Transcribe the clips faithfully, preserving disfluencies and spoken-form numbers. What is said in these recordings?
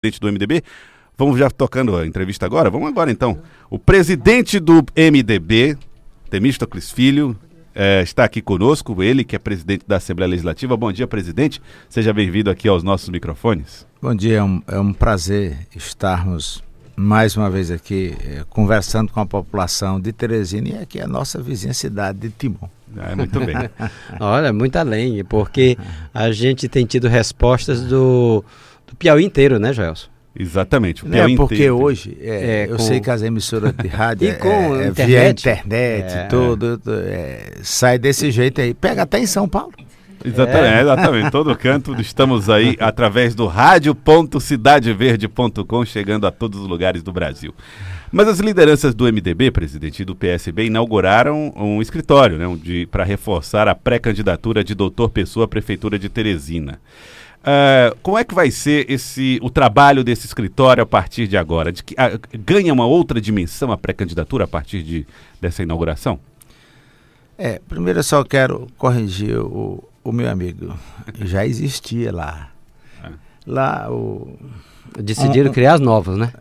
presidente do M D B. Vamos já tocando a entrevista agora? Vamos agora então. O presidente do M D B, Temístocles Filho, é, está aqui conosco, ele que é presidente da Assembleia Legislativa. Bom dia, presidente. Seja bem-vindo aqui aos nossos microfones. Bom dia, é um, é um prazer estarmos mais uma vez aqui é, conversando com a população de Teresina e aqui é a nossa vizinha cidade de Timon. É, muito bem. Olha, muito além, porque a gente tem tido respostas do, do Piauí inteiro, né, Joelson? Exatamente. O Não Piauí é porque inteiro. hoje, é, é, eu com... sei que as emissoras de rádio e com é, é, internet. via internet, é. tudo, é, sai desse jeito aí. Pega até em São Paulo. Exatamente, é. exatamente. Todo canto estamos aí através do rádio ponto cidade verde ponto com, chegando a todos os lugares do Brasil. Mas as lideranças do M D B, presidente, e do P S B inauguraram um escritório, né, um para reforçar a pré-candidatura de doutor Pessoa à Prefeitura de Teresina. Uh, como é que vai ser esse, o trabalho desse escritório a partir de agora? De que, uh, ganha uma outra dimensão a pré-candidatura a partir de, dessa inauguração? É, primeiro eu só quero corrigir o, o meu amigo. Já existia lá. É. Lá o... Decidiram um, criar as novas, né?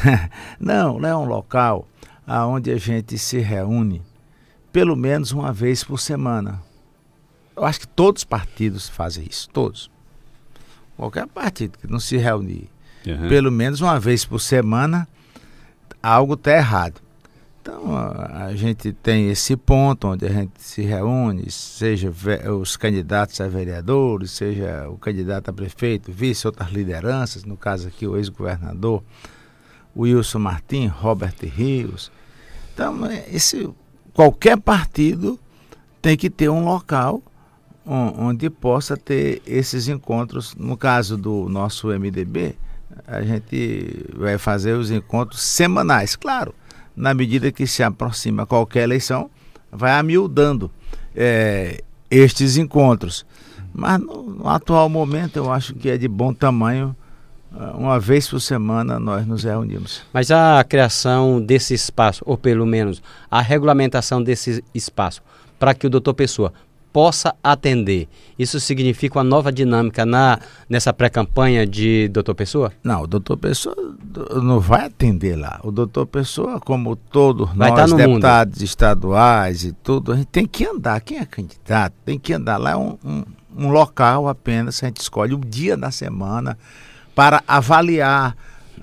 Não, lá é um local onde a gente se reúne pelo menos uma vez por semana. Eu acho que todos os partidos fazem isso, todos. Qualquer partido que não se reunir uhum. pelo menos uma vez por semana, algo está errado. Então, a, a gente tem esse ponto onde a gente se reúne, seja ve- os candidatos a vereadores, seja o candidato a prefeito, vice, outras lideranças, no caso aqui o ex-governador Wilson Martins, Robert Rios. Então, esse, qualquer partido tem que ter um local onde possa ter esses encontros. No caso do nosso M D B, a gente vai fazer os encontros semanais, claro, na medida que se aproxima qualquer eleição, vai amiudando é, estes encontros. Mas no, no atual momento eu acho que é de bom tamanho, uma vez por semana nós nos reunimos. Mas a criação desse espaço, ou pelo menos a regulamentação desse espaço, para que o doutor Pessoa possa atender, isso significa uma nova dinâmica na, nessa pré-campanha de doutor Pessoa? Não, o doutor Pessoa não vai atender lá. O doutor Pessoa, como todos vai nós, deputados mundo. estaduais e tudo, a gente tem que andar. Quem é candidato tem que andar. Lá é um, um, um local apenas, a gente escolhe o dia da semana para avaliar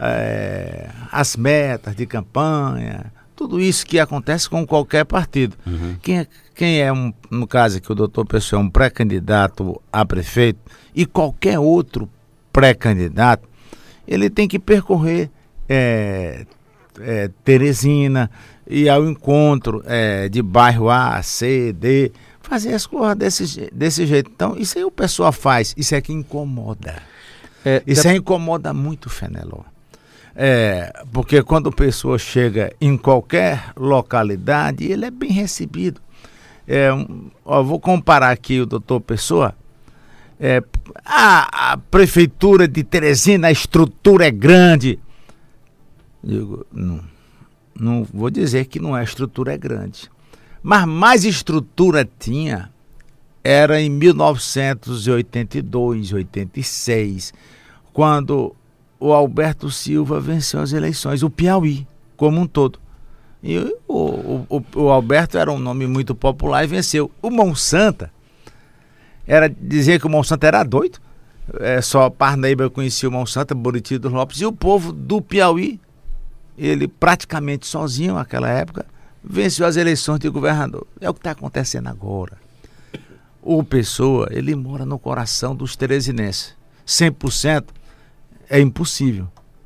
é, as metas de campanha, tudo isso que acontece com qualquer partido. Uhum. Quem é, quem é um, no caso aqui, o doutor Pessoa é um pré-candidato a prefeito e qualquer outro pré-candidato, ele tem que percorrer é, é, Teresina, ir ao encontro é, de bairro A, C, D, fazer as coisas desse, desse jeito. Então, isso aí o pessoal faz, isso é que incomoda. É, isso é... aí incomoda muito o Fenelon. É, porque quando a pessoa chega em qualquer localidade, ele é bem recebido. É, ó, vou comparar aqui o doutor Pessoa. É, a, a prefeitura de Teresina, a estrutura é grande. Digo, não, não vou dizer que não é, a estrutura é grande. Mas mais estrutura tinha era em mil novecentos e oitenta e dois, oitenta e seis, quando o Alberto Silva venceu as eleições, o Piauí como um todo. E o, o, o, o Alberto era um nome muito popular e venceu. O Monsanto, era dizer que o Monsanto era doido, é, só Parnaíba conhecia o Monsanto, Buriti dos Lopes, e o povo do Piauí, ele praticamente sozinho naquela época, venceu as eleições de governador. É o que está acontecendo agora. O Pessoa, ele mora no coração dos teresinenses, cem por cento é impossível.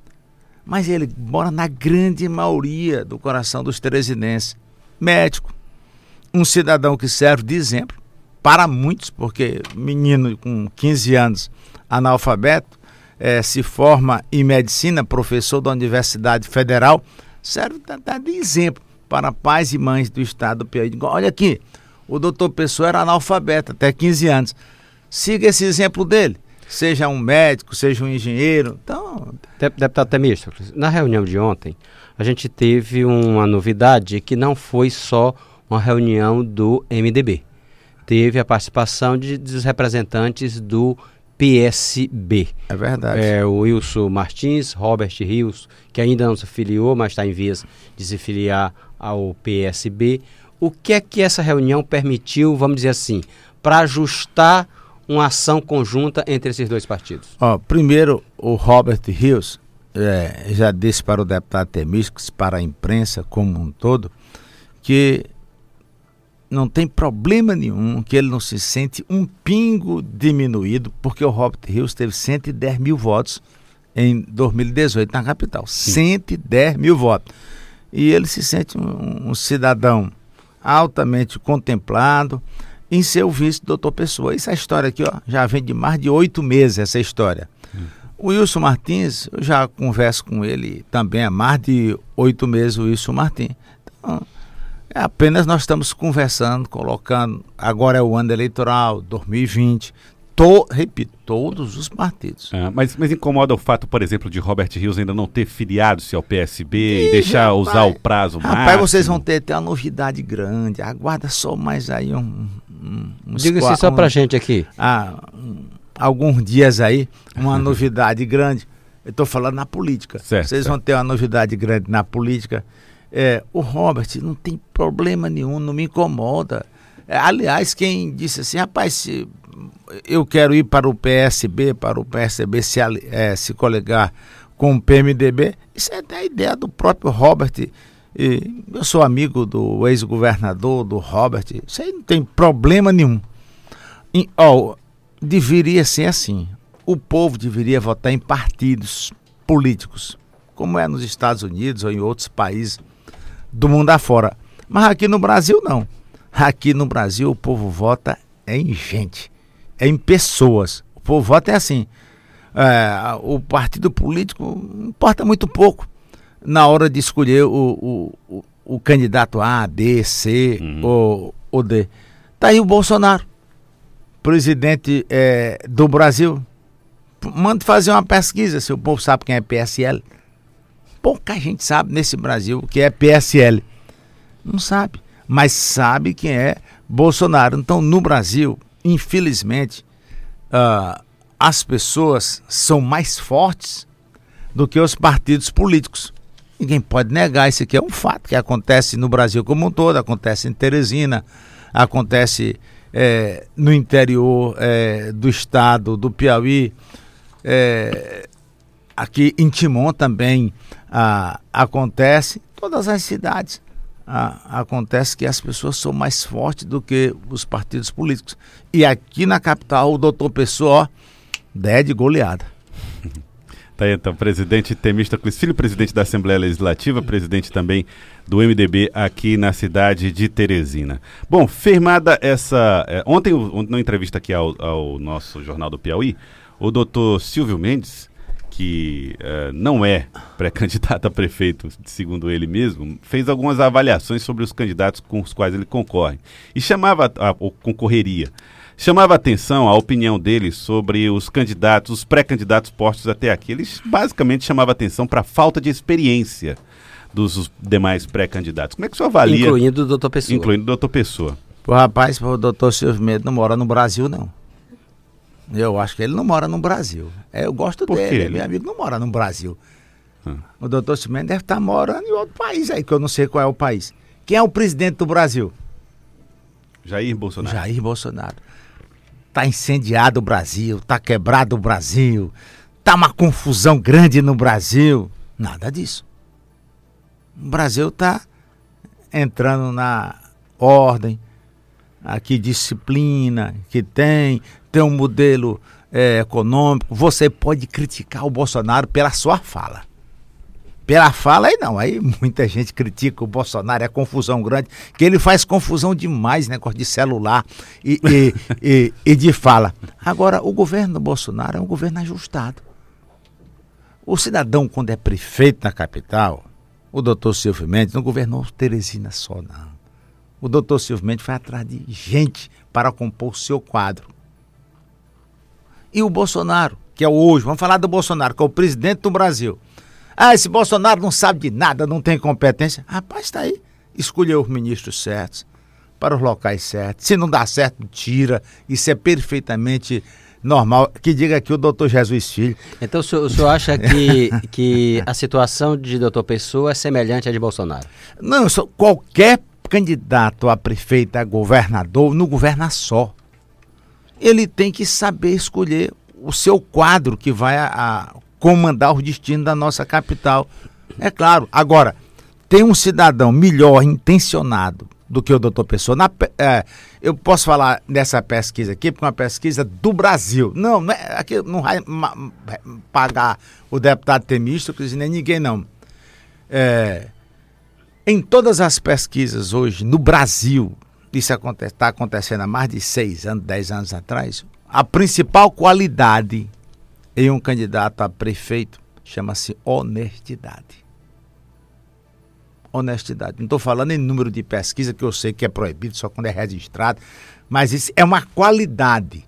Mas ele mora na grande maioria do coração dos teresinenses. Médico, um cidadão que serve de exemplo para muitos, porque menino com quinze anos, analfabeto, é, se forma em medicina, professor da Universidade Federal, serve de exemplo para pais e mães do estado do Piauí. Olha aqui, o doutor Pessoa era analfabeto até quinze anos. Siga esse exemplo dele. Seja um médico, seja um engenheiro. Então... Deputado Temístocles, na reunião de ontem, a gente teve uma novidade que não foi só uma reunião do M D B. Teve a participação de, dos representantes do P S B. É verdade. É, o Wilson Martins, Robert Rios, que ainda não se filiou, mas está em vias de se filiar ao P S B. O que é que essa reunião permitiu, vamos dizer assim, para ajustar uma ação conjunta entre esses dois partidos? Ó, primeiro, o Robert Rios é, já disse para o deputado Temístocles, para a imprensa como um todo, que não tem problema nenhum, que ele não se sente um pingo diminuído, porque o Robert Rios teve cento e dez mil votos em dois mil e dezoito na capital. Sim. cento e dez mil votos. E ele se sente um, um cidadão altamente contemplado em ser o vice do doutor Pessoa. Essa história aqui, ó, já vem de mais de oito meses, essa história. Hum. O Wilson Martins, eu já converso com ele também há mais de oito meses, o Wilson Martins. Então, é apenas nós estamos conversando, colocando, agora é o ano eleitoral, dois mil e vinte, to, repito, todos os partidos. Ah, mas, mas incomoda o fato, por exemplo, de Robert Rios ainda não ter filiado-se ao P S B e, e deixar rapaz, usar o prazo rapaz, máximo? Rapaz, vocês vão ter, ter uma novidade grande, aguarda só mais aí um... um Diga-se um, só um, pra gente aqui. Ah, um, alguns dias aí, uma novidade grande, eu estou falando na política, certo, vocês certo. vão ter uma novidade grande na política. É, o Robert não tem problema nenhum, não me incomoda. É, aliás, quem disse assim, rapaz, se eu quero ir para o P S B, para o P S B se, é, se coligar com o P M D B, isso é até a ideia do próprio Robert. E eu sou amigo do ex-governador, do Robert, isso aí não tem problema nenhum. E, ó, deveria ser assim, o povo deveria votar em partidos políticos, como é nos Estados Unidos ou em outros países do mundo afora. Mas aqui no Brasil não. Aqui no Brasil o povo vota em gente, é em pessoas. O povo vota é assim. É, o partido político importa muito pouco na hora de escolher o, o, o, o candidato A, B, C uhum. ou, ou D. Está aí o Bolsonaro, presidente é, do Brasil. Manda fazer uma pesquisa se o povo sabe quem é P S L. Pouca gente sabe nesse Brasil o que é P S L. Não sabe, mas sabe quem é Bolsonaro. Então, no Brasil, infelizmente, uh, as pessoas são mais fortes do que os partidos políticos. Ninguém pode negar, isso aqui é um fato que acontece no Brasil como um todo, acontece em Teresina, acontece é, no interior é, do estado do Piauí, é, aqui em Timon também ah, acontece, todas as cidades ah, acontece que as pessoas são mais fortes do que os partidos políticos. E aqui na capital o doutor Pessoa, ó, ideia de goleada. Tá aí, então, presidente Temístocles Filho, presidente da Assembleia Legislativa, presidente também do M D B aqui na cidade de Teresina. Bom, firmada essa... É, ontem, ontem, na entrevista aqui ao, ao nosso Jornal do Piauí, o doutor Silvio Mendes, que uh, não é pré-candidato a prefeito, segundo ele mesmo, fez algumas avaliações sobre os candidatos com os quais ele concorre. E chamava, a, ou concorreria, chamava a atenção a opinião dele sobre os candidatos, os pré-candidatos postos até aqui. Ele basicamente chamava atenção para a falta de experiência dos demais pré-candidatos. Como é que o senhor avalia? Incluindo o doutor Pessoa. Incluindo o doutor Pessoa. O rapaz, o doutor Silvio Mendes não mora no Brasil, não. Eu acho que ele não mora no Brasil. É, eu gosto Por dele, quê? meu amigo não mora no Brasil. Hum. O doutor Silvio Mendes deve estar morando em outro país aí, que eu não sei qual é o país. Quem é o presidente do Brasil? Jair Bolsonaro. Jair Bolsonaro. Tá incendiado o Brasil, tá quebrado o Brasil, tá uma confusão grande no Brasil. Nada disso. O Brasil tá entrando na ordem, aqui disciplina que tem, tem um modelo é, econômico. Você pode criticar o Bolsonaro pela sua fala. Pela fala aí não, aí muita gente critica o Bolsonaro, é confusão grande, que ele faz confusão demais, negócio de celular e, e, e, e de fala. Agora, o governo do Bolsonaro é um governo ajustado. O cidadão, quando é prefeito na capital, o doutor Silvio Mendes não governou Teresina só, não. O doutor Silvio Mendes foi atrás de gente para compor o seu quadro. E o Bolsonaro, que é o hoje, vamos falar do Bolsonaro, que é o presidente do Brasil. Ah, esse Bolsonaro não sabe de nada, não tem competência. Rapaz, está aí. Escolheu os ministros certos, para os locais certos. Se não dá certo, tira. Isso é perfeitamente normal, que diga aqui o doutor Jesus Filho. Então o senhor, o senhor acha que, que a situação de doutor Pessoa é semelhante à de Bolsonaro? Não, só, qualquer candidato a prefeito, a governador, não governa só. Ele tem que saber escolher o seu quadro que vai a, a comandar o destino da nossa capital. É claro. Agora, tem um cidadão melhor intencionado do que o doutor Pessoa. Na, é, eu posso falar dessa pesquisa aqui, porque é uma pesquisa do Brasil. Não, não é, aqui não vai ma, pagar o deputado Temístocles nem ninguém, não. É, em todas as pesquisas hoje, no Brasil, isso está acontece, acontecendo há mais de seis anos, dez anos atrás, a principal qualidade em um candidato a prefeito chama-se honestidade. Honestidade. Não estou falando em número de pesquisa, que eu sei que é proibido só quando é registrado, mas isso é uma qualidade.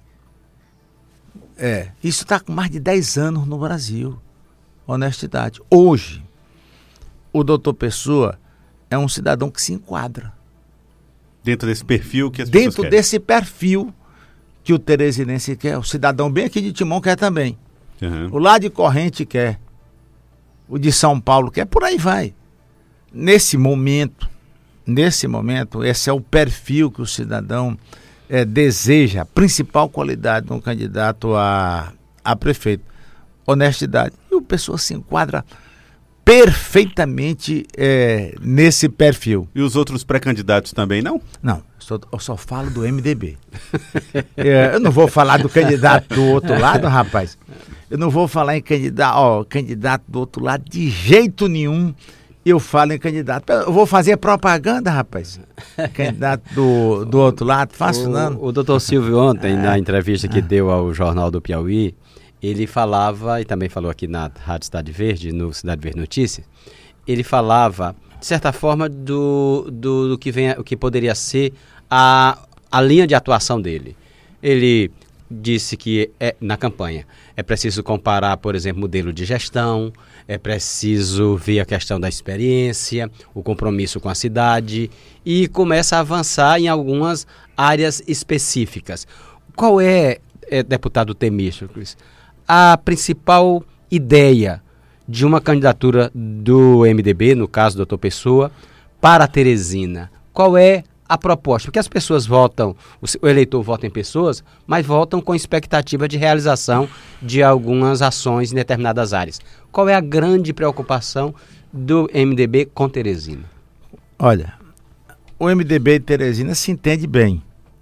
É, isso está com mais de dez anos no Brasil. Honestidade. Hoje, o doutor Pessoa é um cidadão que se enquadra. Dentro desse perfil que as pessoas Dentro querem. desse perfil que o teresinense quer, o cidadão bem aqui de Timon quer também. Uhum. O lá de Corrente quer. O de São Paulo quer, por aí vai. Nesse momento, nesse momento, esse é o perfil que o cidadão é, deseja, a principal qualidade de um candidato a, a prefeito. Honestidade. E o pessoa se enquadra perfeitamente é, nesse perfil. E os outros pré-candidatos também não? Não, só, eu só falo do M D B. é, eu não vou falar do candidato do outro lado, rapaz. Eu não vou falar em candidato, ó, candidato do outro lado de jeito nenhum. Eu falo em candidato. Eu vou fazer propaganda, rapaz. Candidato do, do outro lado, faço o, não. O doutor Silvio ontem, na entrevista que deu ao Jornal do Piauí, ele falava, e também falou aqui na Rádio Cidade Verde, no Cidade Verde Notícias, ele falava, de certa forma, do, do, do que, vem, o que poderia ser a, a linha de atuação dele. Ele disse que é, na campanha é preciso comparar, por exemplo, modelo de gestão, é preciso ver a questão da experiência, o compromisso com a cidade e começa a avançar em algumas áreas específicas. Qual é, é deputado Temístocles, a principal ideia de uma candidatura do M D B, no caso do doutor Pessoa, para Teresina? Qual é a proposta? Porque as pessoas votam, o eleitor vota em pessoas, mas votam com expectativa de realização de algumas ações em determinadas áreas. Qual é a grande preocupação do M D B com Teresina? Olha, o M D B de Teresina se entende bem.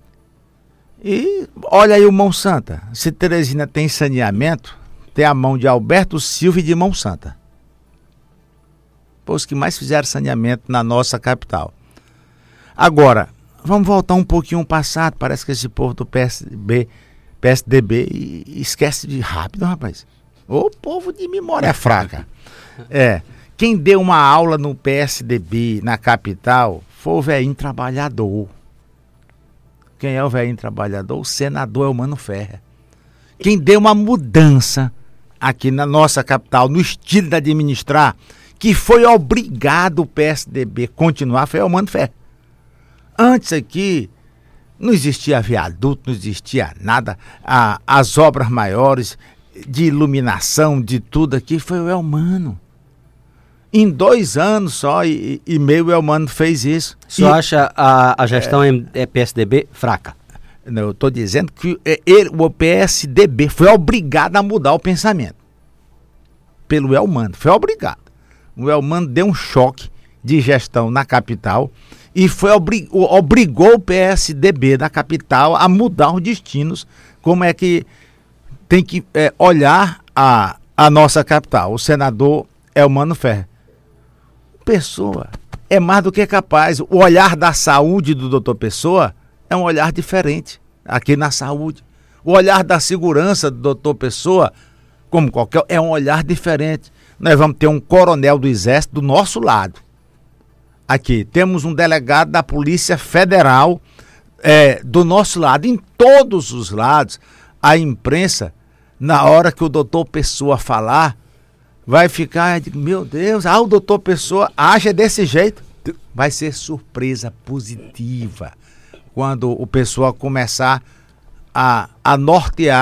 E olha aí o Mão Santa. Se Teresina tem saneamento, tem a mão de Alberto Silva e de Mão Santa. Os que mais fizeram saneamento na nossa capital. Agora, vamos voltar um pouquinho ao passado. Parece que esse povo do P S D B, P S D B esquece de rápido, rapaz. O povo de memória fraca. É, quem deu uma aula no P S D B na capital foi o velhinho trabalhador. Quem é o velhinho trabalhador? O senador Elmano Ferrer. Quem deu uma mudança aqui na nossa capital, no estilo de administrar, que foi obrigado o P S D B continuar, foi Elmano Ferrer. Antes aqui, não existia viaduto, não existia nada. Ah, as obras maiores de iluminação, de tudo aqui, foi o Elmano. Em dois anos só e, e meio o Elmano fez isso. O senhor acha a, a gestão é, é P S D B fraca? Não, eu estou dizendo que ele, o P S D B foi obrigado a mudar o pensamento. Pelo Elmano, foi obrigado. O Elmano deu um choque de gestão na capital e foi obrig, obrigou o P S D B da capital a mudar os destinos, como é que tem que é, olhar a, a nossa capital. O senador Elmano Ferrer. Pessoa é mais do que capaz. O olhar da saúde do doutor Pessoa é um olhar diferente aqui na saúde. O olhar da segurança do doutor Pessoa, como qualquer, é um olhar diferente. Nós vamos ter um coronel do Exército do nosso lado. Aqui, temos um delegado da Polícia Federal é, do nosso lado. Em todos os lados, a imprensa, na hora que o doutor Pessoa falar, vai ficar, meu Deus, ah, o doutor Pessoa age desse jeito. Vai ser surpresa positiva quando o Pessoa começar a, a nortear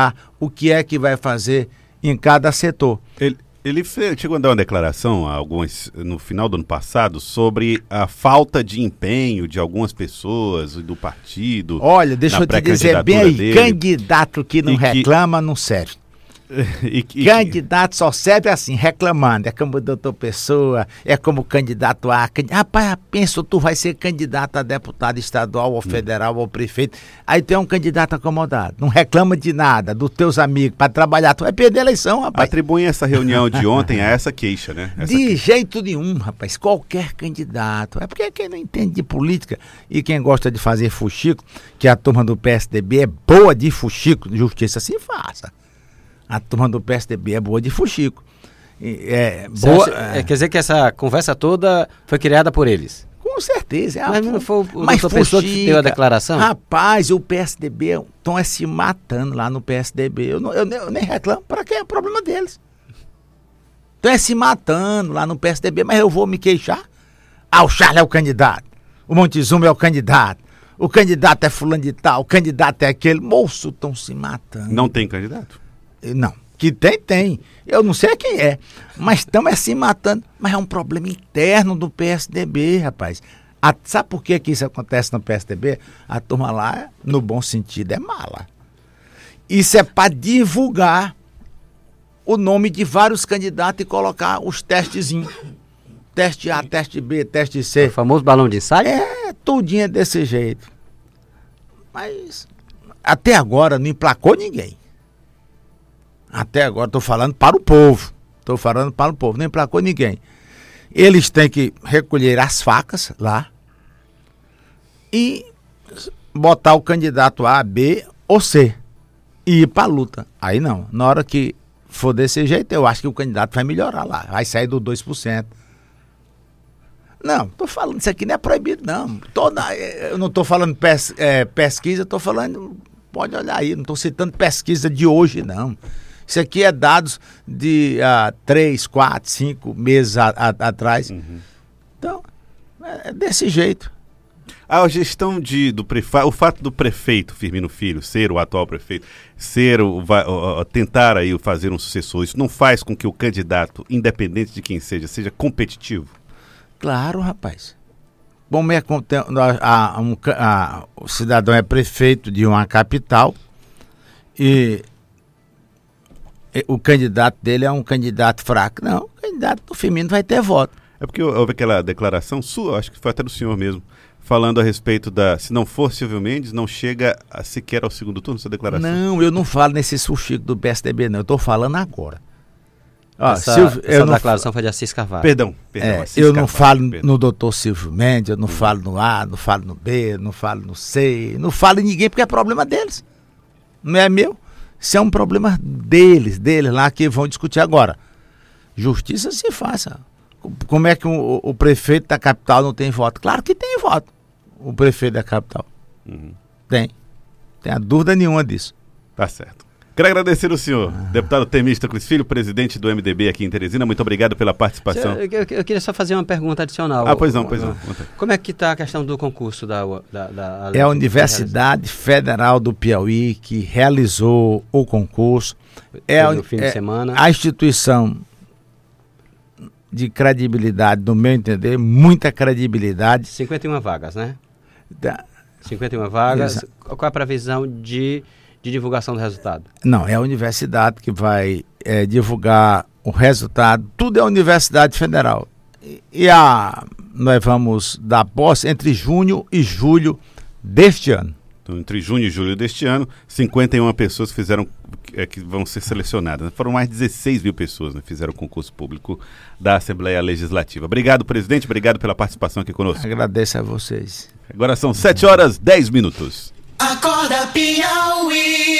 o que é que vai fazer em cada setor. Ele, ele fez, chegou a dar uma declaração algumas, no final do ano passado sobre a falta de empenho de algumas pessoas do partido. Olha, deixa eu te dizer bem aí, dele. Candidato que não E que- reclama não serve. E que- Candidato só serve assim, reclamando. É como o doutor Pessoa, é como o candidato A. Can- Rapaz, pensa, tu vai ser candidato a deputado estadual ou federal ou prefeito. Aí tu é um candidato acomodado. Não reclama de nada, dos teus amigos, para trabalhar. Tu vai perder a eleição, rapaz. Atribuem essa reunião de ontem a essa queixa, né? Essa De jeito nenhum, rapaz. Qualquer candidato. É porque quem não entende de política e quem gosta de fazer fuxico, que a turma do P S D B é boa de fuxico, justiça se faça. A turma do P S D B é boa de fuxico. E É Você boa. acha- é, quer dizer que essa conversa toda foi criada por eles? Com certeza. É Mas a- não foi o mas doutor Pessoa que fuxica. deu a declaração? Rapaz, o P S D B estão é se matando lá no P S D B. Eu, não- eu nem- eu nem reclamo, para que é o problema deles? Estão é se matando lá no P S D B, mas eu vou me queixar? Ah, o Charles é o candidato. O Montezuma é o candidato. O candidato é fulano de tal. O candidato é aquele. Moço, estão se matando. Não tem candidato? Não, que tem, tem. Eu não sei quem é, mas estamos se matando. Mas é um problema interno do P S D B, rapaz. A- sabe por que, que isso acontece no P S D B? A turma lá, no bom sentido, é mala. Isso é para divulgar o nome de vários candidatos e colocar os testezinhos. Teste A, teste B, teste O C. famoso balão de ensaio? É, tudinho é desse jeito. Mas até agora não emplacou ninguém. Até agora estou falando para o povo. Estou falando para o povo, não emplacou ninguém. Eles têm que recolher as facas lá e botar o candidato A, B ou C e ir para a luta. Aí não. Na hora que for desse jeito, eu acho que o candidato vai melhorar lá. Vai sair do dois por cento. Não, estou falando, isso aqui não é proibido, não. Toda, eu não estou falando pes, é, pesquisa, estou falando, pode olhar aí, não estou citando pesquisa de hoje, não. Isso aqui é dados de ah, três, quatro, cinco meses a, a, atrás. Uhum. Então, é, é desse jeito. A gestão de, do prefeito, o fato do prefeito Firmino Filho ser o atual prefeito, ser o, vai, o, o, tentar aí fazer um sucessor, isso não faz com que o candidato, independente de quem seja, seja competitivo? Claro, rapaz. Como é que a, a, um, a, o cidadão é prefeito de uma capital e, e o candidato dele é um candidato fraco? Não, o candidato do Firmino vai ter voto. É porque houve aquela declaração sua, acho que foi até do senhor mesmo, falando a respeito da, se não for Silvio Mendes, não chega a, sequer ao segundo turno, essa declaração. Não, eu não falo nesse suxico do P S D B, não. Eu estou falando agora. Ó, essa Silvio, essa eu não declaração foi de Assis Carvalho. Perdão, perdão. É, Assis eu não Carvalho, falo perdão. no doutor Silvio Mendes, eu não Uhum. falo no A, não falo no B, não falo no C, não falo em ninguém porque é problema deles. Não é meu. Isso é um problema deles, deles lá que vão discutir agora. Justiça se faça. Como é que o, o prefeito da capital não tem voto? Claro que tem voto. O prefeito da capital. Uhum. Tem. Tem a dúvida nenhuma disso. Tá certo. Quero agradecer o senhor, deputado Temístocles Filho, presidente do M D B aqui em Teresina. Muito obrigado pela participação. Eu, eu- eu queria só fazer uma pergunta adicional. Ah, pois não, pois não. Conta aí. Como é que está a questão do concurso da... da, da É a Universidade Federal do Piauí que realizou o concurso. É, no fim de é semana. a instituição de credibilidade, no meu entender, muita credibilidade. cinquenta e uma vagas, né? Da- cinquenta e uma vagas. Exa- Qual é a previsão de, de divulgação do resultado? Não, é a universidade que vai é, divulgar o resultado. Tudo é a Universidade Federal. E, e a, nós vamos dar posse entre junho e julho deste ano. Então, entre junho e julho deste ano, cinquenta e uma pessoas fizeram, é, que vão ser selecionadas. Né? Foram mais de dezesseis mil pessoas que né, fizeram o concurso público da Assembleia Legislativa. Obrigado, presidente. Obrigado pela participação aqui conosco. Agradeço a vocês. Agora são sete horas, dez minutos. Acorda Piauí.